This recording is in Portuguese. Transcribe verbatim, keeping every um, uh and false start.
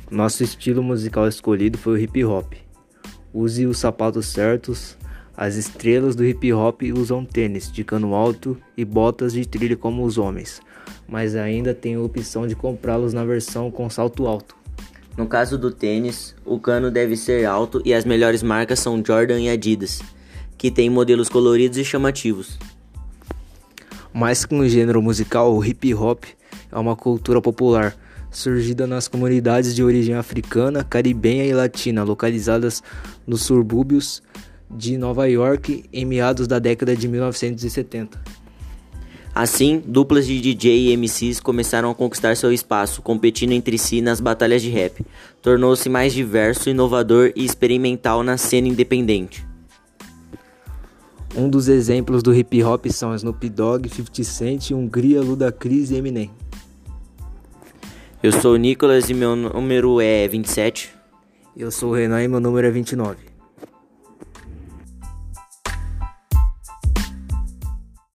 Nosso estilo musical escolhido foi o hip hop. Use os sapatos certos. As estrelas do hip hop usam tênis de cano alto e botas de trilha como os homens, mas ainda tem a opção de comprá-los na versão com salto alto. No caso do tênis, o cano deve ser alto e as melhores marcas são Jordan e Adidas, que têm modelos coloridos e chamativos. Mais que um gênero musical, o hip hop é uma cultura popular, surgida nas comunidades de origem africana, caribenha e latina, localizadas nos subúrbios de Nova York em meados da década de mil novecentos e setenta. Assim, duplas de D J e M Cs começaram a conquistar seu espaço, competindo entre si nas batalhas de rap. Tornou-se mais diverso, inovador e experimental na cena independente. Um dos exemplos do hip hop são Snoop Dogg, fifty Cent, Hungria, Ludacris e Eminem. Eu sou o Nicolas e meu número é vinte e sete. Eu sou o Renan e meu número é vinte e nove.